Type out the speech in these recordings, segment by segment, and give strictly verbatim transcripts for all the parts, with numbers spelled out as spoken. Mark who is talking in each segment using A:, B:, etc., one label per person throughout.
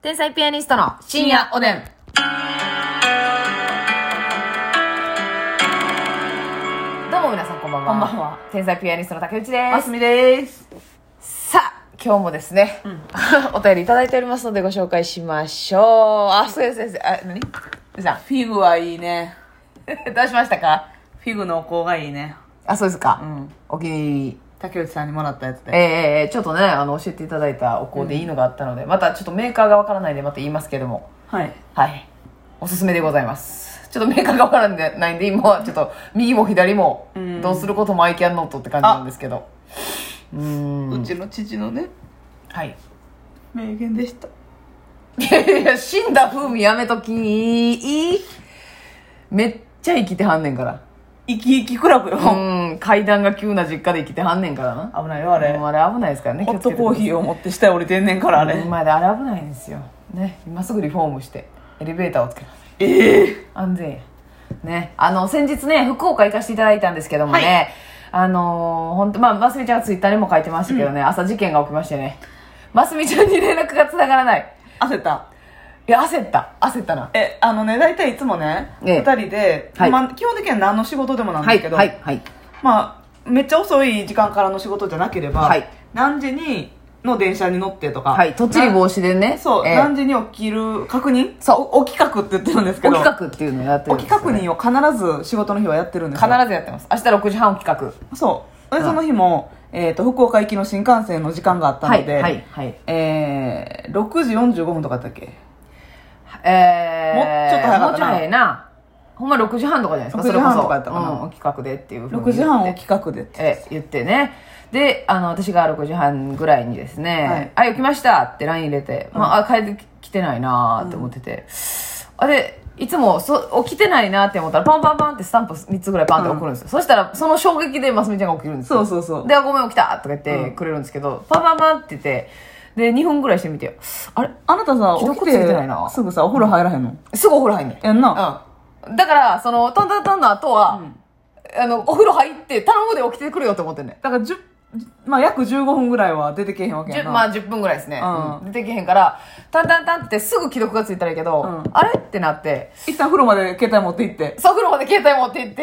A: 天才ピアニストの深夜おでん。どうも皆さんこんばんは。
B: こんばんは。
A: 天才ピアニストの竹内です。
B: ますみです。
A: さあ、今日もですね、うん、お便りいただいておりますのでご紹介しましょう。あ、そうです先生。あ、何？じゃあ、
B: フィグはいいね。
A: どうしましたか？
B: フィグのお香がいいね。
A: あ、そうですか。
B: うん。
A: お気に入り。
B: 竹内さんにもらったやつで。
A: えー、ちょっとね、あの、教えていただいたお香でいいのがあったので、うん、またちょっとメーカーがわからないんでまた言いますけども。
B: はい。
A: はい。おすすめでございます。ちょっとメーカーがわからないんで、今はちょっと右も左も、どうすることもアイキャンノートって感じなんですけど。
B: うーん。うちの父のね、
A: はい。
B: 名言でした。
A: いやいや、死んだ風味やめときいい？めっちゃ生きてはんねんから。
B: 生き生きクラブよ。
A: うん、階段が急な実家で生きてはんねんからな。
B: 危ないよ、あれ。
A: うん、あれ危ないですからね。
B: ホットコーヒーを持って下降りてんねんから、あれ。
A: うん、まであれ危ないんですよ。ね、今すぐリフォームして、エレベーターをつけます。
B: ええー。
A: 安全や。ね、あの、先日ね、福岡行かせていただいたんですけどもね、はい、あのー、ほんと、まあ、ますみちゃんがツイッターにも書いてましたけどね、うん、朝事件が起きましてね、ますみちゃんに連絡が繋がらない。
B: 焦った。
A: いや、焦った。焦ったな。
B: え、あのね、大体いつもね、二、ええ、人で、はい、まあ、基本的には何の仕事でもなんですけど、はい、はい、はい。まあ、めっちゃ遅い時間からの仕事じゃなければ、はい、何時にの電車に乗ってとか、
A: はい、とっちり防止でね。
B: そう、ええ、何時に起きる確認、そう、お企画って言ってるんですけど、
A: お企画っていうのをやってるんですよ、ね。
B: お企画認を必ず仕事の日はやってるんですよ。
A: 必ずやってます。明日ろくじはんお企画。
B: そう。で、うん、その日も、えっと、福岡行きの新幹線の時間があったので、はい、はい、はい。えー、ろくじよんじゅうごふんとかだったっけ？
A: えー、
B: もうちょっと早かったな。
A: もうちょい早いな。ほんまろくじはんとかじゃないですか。
B: ろくじはんとかやったかな。
A: うん、お企画でっていうふうに。
B: ろくじはんお企画でって。
A: え、言ってね。で、あの、私がろくじはんぐらいにですね、はい、あ、起きましたって ライン 入れて、うん、まあ、あ、帰ってきてないなーって思ってて、うん、あれ、いつもそ起きてないなって思ったら、パンパンパンってスタンプみっつぐらいパンって送るんですよ。うん、そしたら、その衝撃でますみちゃんが起きるんですよ。
B: そうそうそう。
A: で、ごめん起きたとか言ってくれるんですけど、うん、パンパンパンって言って、で、にふんぐらいしてみてよ。あれ
B: あなたさ、起きてすぐさ、お風呂入らへんの？
A: すぐお風呂入んねん。
B: やんな。
A: うん。だから、その、トントントンの後は、うん、あの、お風呂入って、頼むで起きてくれよって思ってんねん。
B: だから、じゅ、まあ、約じゅうごふんぐらいは出てけへんわけやな。
A: まあ、じゅっぷんぐらいですね。うん。出てけへんから、タンタンタンってすぐ既読がついたらいいけど、うん、あれってなって。
B: 一旦風呂まで携帯持って行って。
A: そう、風呂まで携帯持って行って、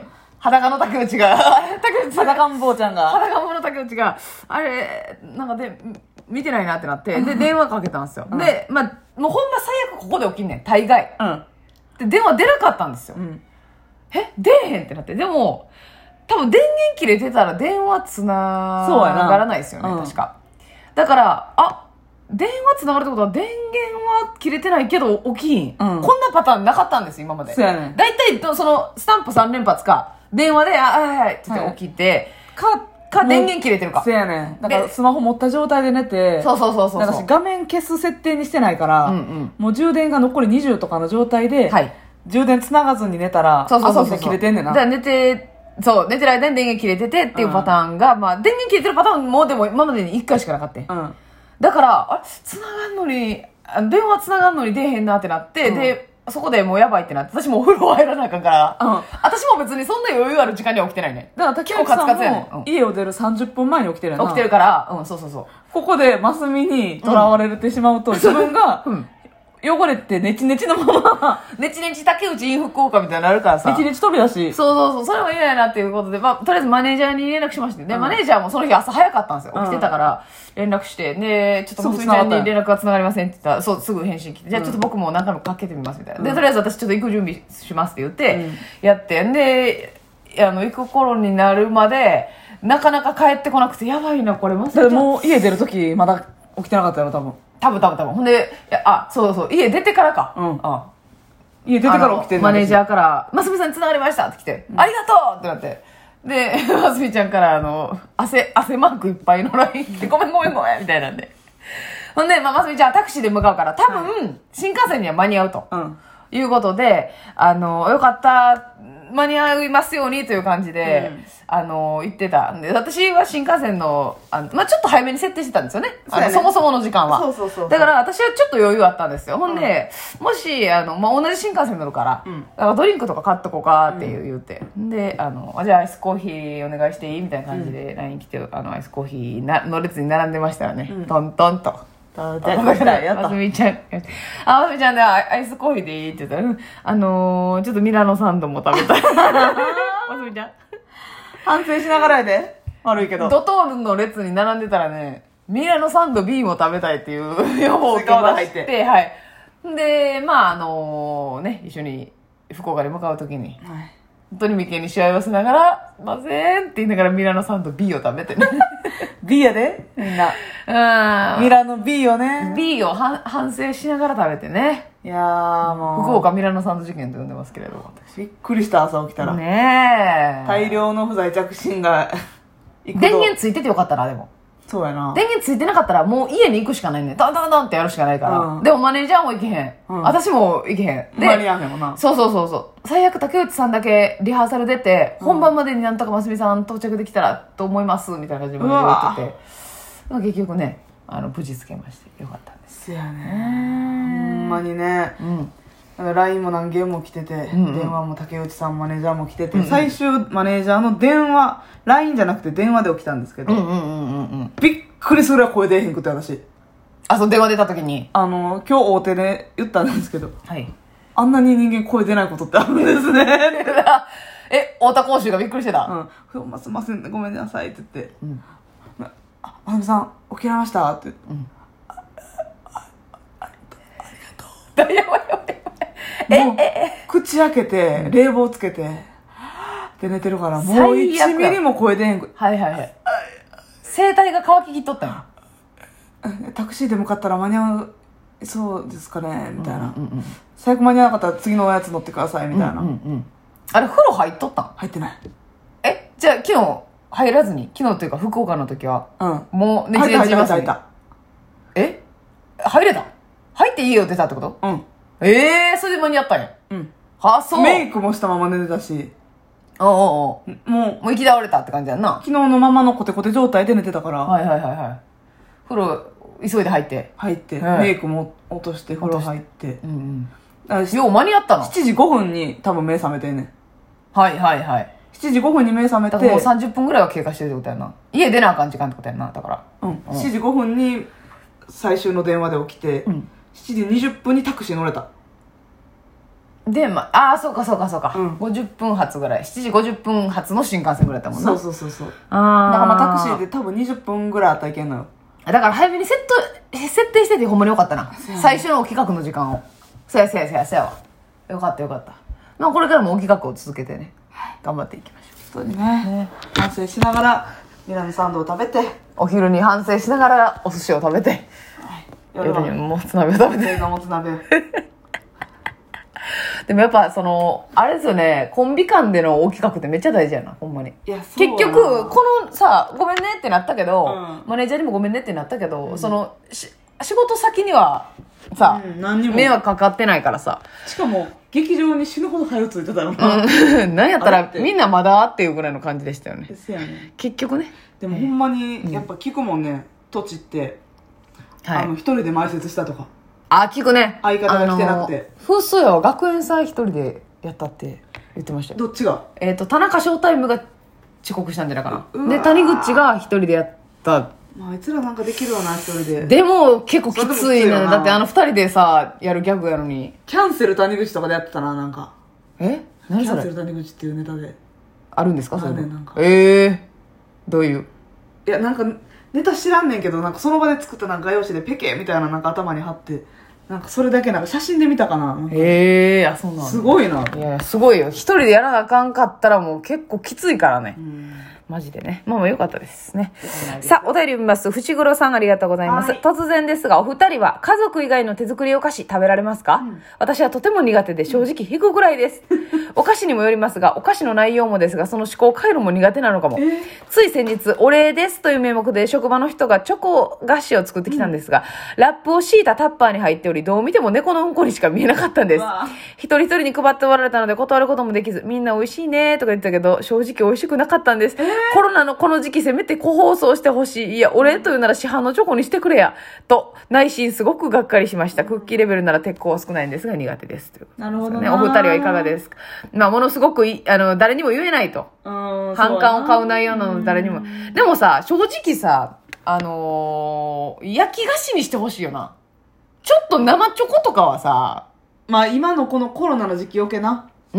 A: 裸の竹内が、あれ、竹内
B: 裸ん坊ちゃんが。
A: 裸ん坊の竹内が、あれ、なんかで、見てないなってなって、で、電話かけたんですよ。うん、で、まあ、もうほんま最悪ここで起きんねん、大概。うん。で、電話出なかったんですよ。うん、え、出えへんってなって。でも、多分電源切れてたら電話つながらないですよね、確か。だから、あ、電話つながるってことは電源は切れてないけど起きひん。うん、こんなパターンなかったんです、今まで。
B: そうやね。
A: だいたい、その、スタンプさん連発か、電話で、あ、はいはい、って言って起きて、はい、か、か電源切れてるか。
B: そうやね。だからスマホ持った状態で寝て、
A: そうそうそうそう。
B: だから画面消す設定にしてないから、うんうん、もう充電が残りにじゅうとかの状態で、はい、充電つながずに寝たら、そうそうそうそう、朝起きて切れてんねんな。
A: じゃあ寝て、そう、寝てる間に電源切れててっていうパターンが、うん、まあ電源切れてるパターンもでも今までにいっかいしかなかった。うん、だから、あれ、繋がんのに、電話繋がんのに出えへんなってなって、うん、で、そこでもうやばいってなって、私もお風呂入らなあかんから、うん、私も別にそんな余裕ある時間には起きてないね。
B: だから竹内さんも家を出るさんじゅっぷんまえに起きてるな。
A: 起きてるから、うん、そうそうそう。
B: ここでマスミにとらわれてしまうと、うん、自分が、うん、汚れてネチネチのまま
A: ネチネチ竹内インフ効果みたいになるからさ、
B: ネチネチ飛びだし、
A: そうそうそう、それも嫌やなっていうことで、まあ、とりあえずマネージャーに連絡しましてね、うん、マネージャーもその日朝早かったんですよ。起きてたから連絡して、で、ちょっとマスミちゃんに連絡が繋がりませんって言ったら、そう、すぐ返信来て、じゃあちょっと僕も何回もかけてみますみたいな。うん、で、とりあえず私ちょっと行く準備しますって言って、やって、で、あの、行く頃になるまで、なかなか帰ってこなくて、やばいな、これマスミちゃん。
B: もう家出るときまだ起きてなかったよ、多分。
A: 多分多分多分。ほんで、いや、あ、そうそう、家出てからか。うん。あ
B: 家出てから起きて
A: るマネージャーから、ますみさんに繋がりましたって来て、うん、ありがとうってなって。で、ますみちゃんから、あの、汗、汗マークいっぱいのライン来て、ごめんごめんごめんみたいなんで。ほんで、まあ、ますみちゃんはタクシーで向かうから、多分、はい、新幹線には間に合うと。うん。いうことで、あの、よかった、間に合いますようにという感じで、うん、あの、言ってたんで、私は新幹線の、あのまあ、ちょっと早めに設定してたんですよね。あの、ね、そもそもの時間は。
B: そうそうそうそう。
A: だから私はちょっと余裕あったんですよ。ほんで、うん、もし、あの、まあ、同じ新幹線乗るから、うん、だからドリンクとか買っとこうかっていう言って。うん、で、あの、じゃあアイスコーヒーお願いしていいみたいな感じで ライン 来て、あの、アイスコーヒーな、の列に並んでましたらね、うん、トントンと。
B: 食べたい食べたいやった。
A: ますみちゃんあますみちゃんでアイスコーヒーでいいって言ったら、うん、あのー、ちょっとミラノサンドも食べたいますみちゃん
B: 反省しながらやで悪いけど
A: ドトールの列に並んでたらねミラノサンド B も食べたいっていう予報を受けまして、はい。で、まああのね、一緒に福岡に向かうときに、はい、本当に眉間にしわ寄せながら、すいませんって言いながらミラノサンド B を食べてね。
B: B やでみんな。うん。ミラノ B をね。
A: B を反省しながら食べてね。
B: いやーもう。
A: 福岡ミラノサンド事件と呼んでますけれど。
B: びっくりした朝起きたら。
A: ねえ。
B: 大量の不在着信が。
A: 電源ついててよかったな、でも。
B: そうやな。
A: 電源ついてなかったらもう家に行くしかないね。ダンダンダンってやるしかないから。うん、でもマネージャーも行けへん。うん、私も行けへん。
B: で、間に合わへんもんな。
A: そうそうそうそう。最悪竹内さんだけリハーサル出て、うん、本番までになんとかますみさん到着できたらと思います、みたいな感じで言ってて。まあ、結局ね、あの、無事つけましてよかったんです。
B: そうやね。ほんまにね。うん。ライン も何件も来てて、うんうん、電話も竹内さんマネージャーも来てて、うんうん、最終マネージャーの電話 ライン じゃなくて電話で起きたんですけど、うんうんうんうん、びっくりするぐらい声出えへんくて私
A: あそう電話出た時に
B: あの今日大手で言ったんですけど、はい、あんなに人間声出ないことってあるんですね
A: え太田講習がびっくりしてた
B: うん、すいませんごめんなさいって言って、うん、あまなみさん起きられましたって言って、うん、あああありがとうやばいやばいもう口開けて、冷房つけてで寝てるからもういちミリも声出へんく
A: はいはいはい声帯が乾ききっとったんや
B: タクシーで向かったら間に合うそうですかねみたいな、うんうんうん、最悪間に合わなかったら次のおやつ乗ってくださいみたいな、うんうんうん、
A: あれ風呂入っとったん
B: 入ってない
A: えじゃあ昨日入らずに昨日というか福岡の時は、うん、もう寝て
B: 入った入った
A: え入れた入っていいよ出たってことうんええー、それで間に合ったんや。うん。はあ、そう。
B: メイクもしたまま寝てたし。
A: おうおうおう。もう、もう行き倒れたって感じやんな。
B: 昨日のままのコテコテ状態で寝てたから。
A: はいはいはいはい。風呂、急いで入って。
B: 入って。はい、メイクも落として風呂入って。うん
A: うん。よう間に合ったの ?し
B: ちじごふんに多分目覚めてんねん。
A: はいはいはい。
B: しちじごふんに目覚めて。だから
A: もうさんじゅっぷんぐらいは経過してるってことやな。家出なあかん時間ってことやな、だから。
B: うん。うん、しちじごふんに最終の電話で起きて、うん、しちじにじゅっぷんにタクシー乗れた。
A: で、まあ、ああ、そうかそうかそうか、うん。ごじゅっぷん発ぐらい。しちじごじゅっぷん発の新幹線ぐらいだったもんな。
B: そうそうそうそう。ああ。だからまあタクシーで多分にじゅっぷんぐらいあったらいけんのよ。
A: だから早めにセット、設定しててほんまによかったな。最初の企画の時間を。そうやそうやそうやそうやわ。よかったよかった。まあこれからも企画を続けてね、頑張っていきましょ
B: う。そうですね。ね反省しながら、ミラノサンドを食べて。
A: お昼に反省しながらお寿司を食べて。はい、夜にもつ鍋を食べて。
B: もつ鍋。
A: でもやっぱそのあれですよねコンビ間での大企画ってめっちゃ大事やなほんまに。いや結局このさごめんねってなったけど、うん、マネージャーにもごめんねってなったけど、うん、そのし仕事先にはさ、うん、何にも迷惑かかってないからさ
B: しかも劇場に死ぬほど早ついてたのな、
A: うん、なんやったらみんなまだっていうぐらいの感じでしたよね。
B: ですよね
A: 結局ね。
B: でもほんまにやっぱ聞くもんね土地って、はい、あの一人で埋設したとか
A: あ、聞くね。
B: 相方が来てなくて。
A: 風水は学園祭一人でやったって言ってましたよ。
B: どっちが
A: えっ、ー、と、田中翔タイムが遅刻したんじゃないかな。で、谷口が一人でやった。
B: まあ、あいつらなんかできるわな、一人で。
A: でも、結構きついね。だってあの二人でさ、やるギャグやのに。
B: キャンセル谷口とかでやってたな、なんか。
A: え何それ
B: キャンセル谷口っていうネタで。
A: あるんですかそれ。
B: あるね、なんか。
A: ええー。どういう
B: いや、なんか、ネタ知らんねんけど、なんかその場で作ったなんか画用紙でペケみたいななんか頭に貼って、なんかそれだけなんか写真で見たかな。
A: へえー、あ、そうなんだ。
B: すごいな。
A: いや、すごいよ。一人でやらなあかんかったらもう結構きついからね。うんマジでね。まあまあ良かったですね。さあ、お便り読みます。伏黒さんありがとうございます。突然ですが、お二人は家族以外の手作りお菓子食べられますか、うん、私はとても苦手で正直引くぐらいです。お菓子にもよりますが、お菓子の内容もですが、その思考回路も苦手なのかも。えー、つい先日、お礼ですという名目で職場の人がチョコ菓子を作ってきたんですが、うん、ラップを敷いたタッパーに入っており、どう見ても猫のうんこにしか見えなかったんです。一人一人に配っておられたので断ることもできず、みんな美味しいねとか言ってたけど、正直美味しくなかったんです。えーコロナのこの時期せめて個包装してほしい。いや、お礼というなら市販のチョコにしてくれや。と、内心すごくがっかりしました。クッキーレベルなら鉄鋼は少ないんですが苦手です。という
B: なるほど
A: ね。お二人はいかがですか。まあ、ものすごくい、あの、誰にも言えないと。反感を買う内容なので誰にも。でもさ、正直さ、 あのー、焼き菓子にしてほしいよな。ちょっと生チョコとかはさ、
B: まあ今のこのコロナの時期余計な。
A: うん。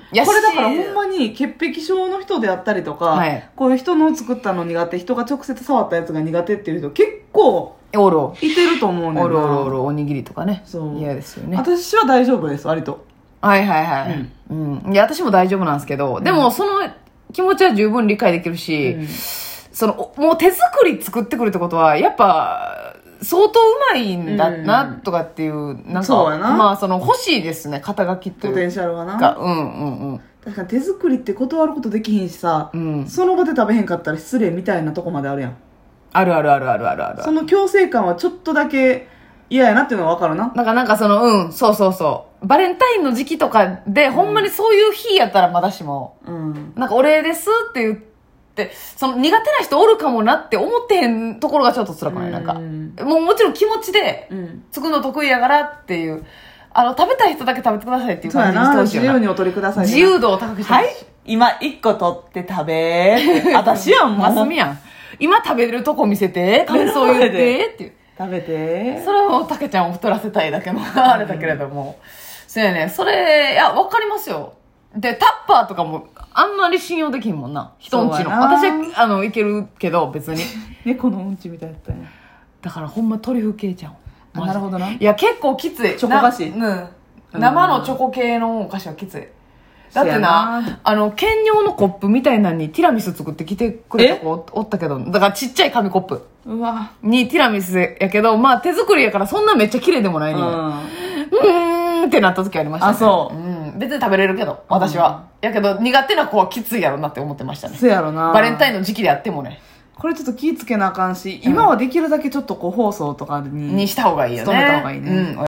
A: やし
B: これだからほんまに潔癖症の人であったりとか、はい、こういう人の作ったの苦手、人が直接触ったやつが苦手っていう人結構
A: おろ
B: いてると思うねんな。
A: おろおろおろ、おにぎりとかね。そう。嫌ですよね。
B: 私は大丈夫です、割と。
A: はいはいはい。うん。うん、いや、私も大丈夫なんですけど、うん、でもその気持ちは十分理解できるし、うん、その、もう手作り作ってくるってことは、やっぱ、相当うまいんだな、とかっていう、うん、なんか、
B: そうやな。
A: まあ、その、欲しいですね、肩書きっていう。
B: ポテンシャルはな。
A: うんうんうん。
B: 確かに手作りって断ることできひんしさ、うん、その場で食べへんかったら失礼みたいなとこまであるやん。
A: あるあるあるあるあるある。
B: その強制感はちょっとだけ嫌やなっていうのは分かるな。
A: なんかなんかその、うん、そうそうそう。バレンタインの時期とかで、うん、ほんまにそういう日やったらまだしも、うん、なんかお礼ですって言って、その苦手な人おるかもなって思ってへんところがちょっと辛くない、なんか。もうもちろん気持ちで、作るの得意やからっていう、あの、食べたい人だけ食べてくださいっていう感じにしてほしいよな。
B: 自由にお取りください。
A: 自由度を高くしてほしい。はい、
B: 今一個取って食べー。私やん、もう。
A: マスミやん。今食べるとこ見せて、感想言ってっていう。
B: 食べて。
A: それはもうたけちゃんを太らせたいだけのあれだけれども。そうやね。それ、いや、わかりますよ。で、タッパーとかも、あんまり信用できんもんな。人んちの。私は、あの、いけるけど、別に。
B: 猫のうんちみたいだったね。
A: だからほんまトリュフ系じゃん。
B: なるほどな。
A: いや、結構きつい。
B: チョコ菓子。
A: うん。生のチョコ系のお菓子はきつい。だってな、あの、兼用のコップみたいなのにティラミス作ってきてくれた子おったけど、だからちっちゃい紙コップ。
B: うわ。
A: にティラミスやけど、まあ手作りやからそんなめっちゃ綺麗でもないね。うん。うーんってなった時ありましたね。
B: あ、そう。
A: うん。別に食べれるけど、私は。うん、やけど苦手な子はきついやろなって思ってましたね。
B: そうやろな。
A: バレンタインの時期であってもね。
B: これちょっと気ぃつけなあかんし、今はできるだけちょっとこう放送とかに、
A: にした方がいいよね。
B: 努めた方がいいね。うん。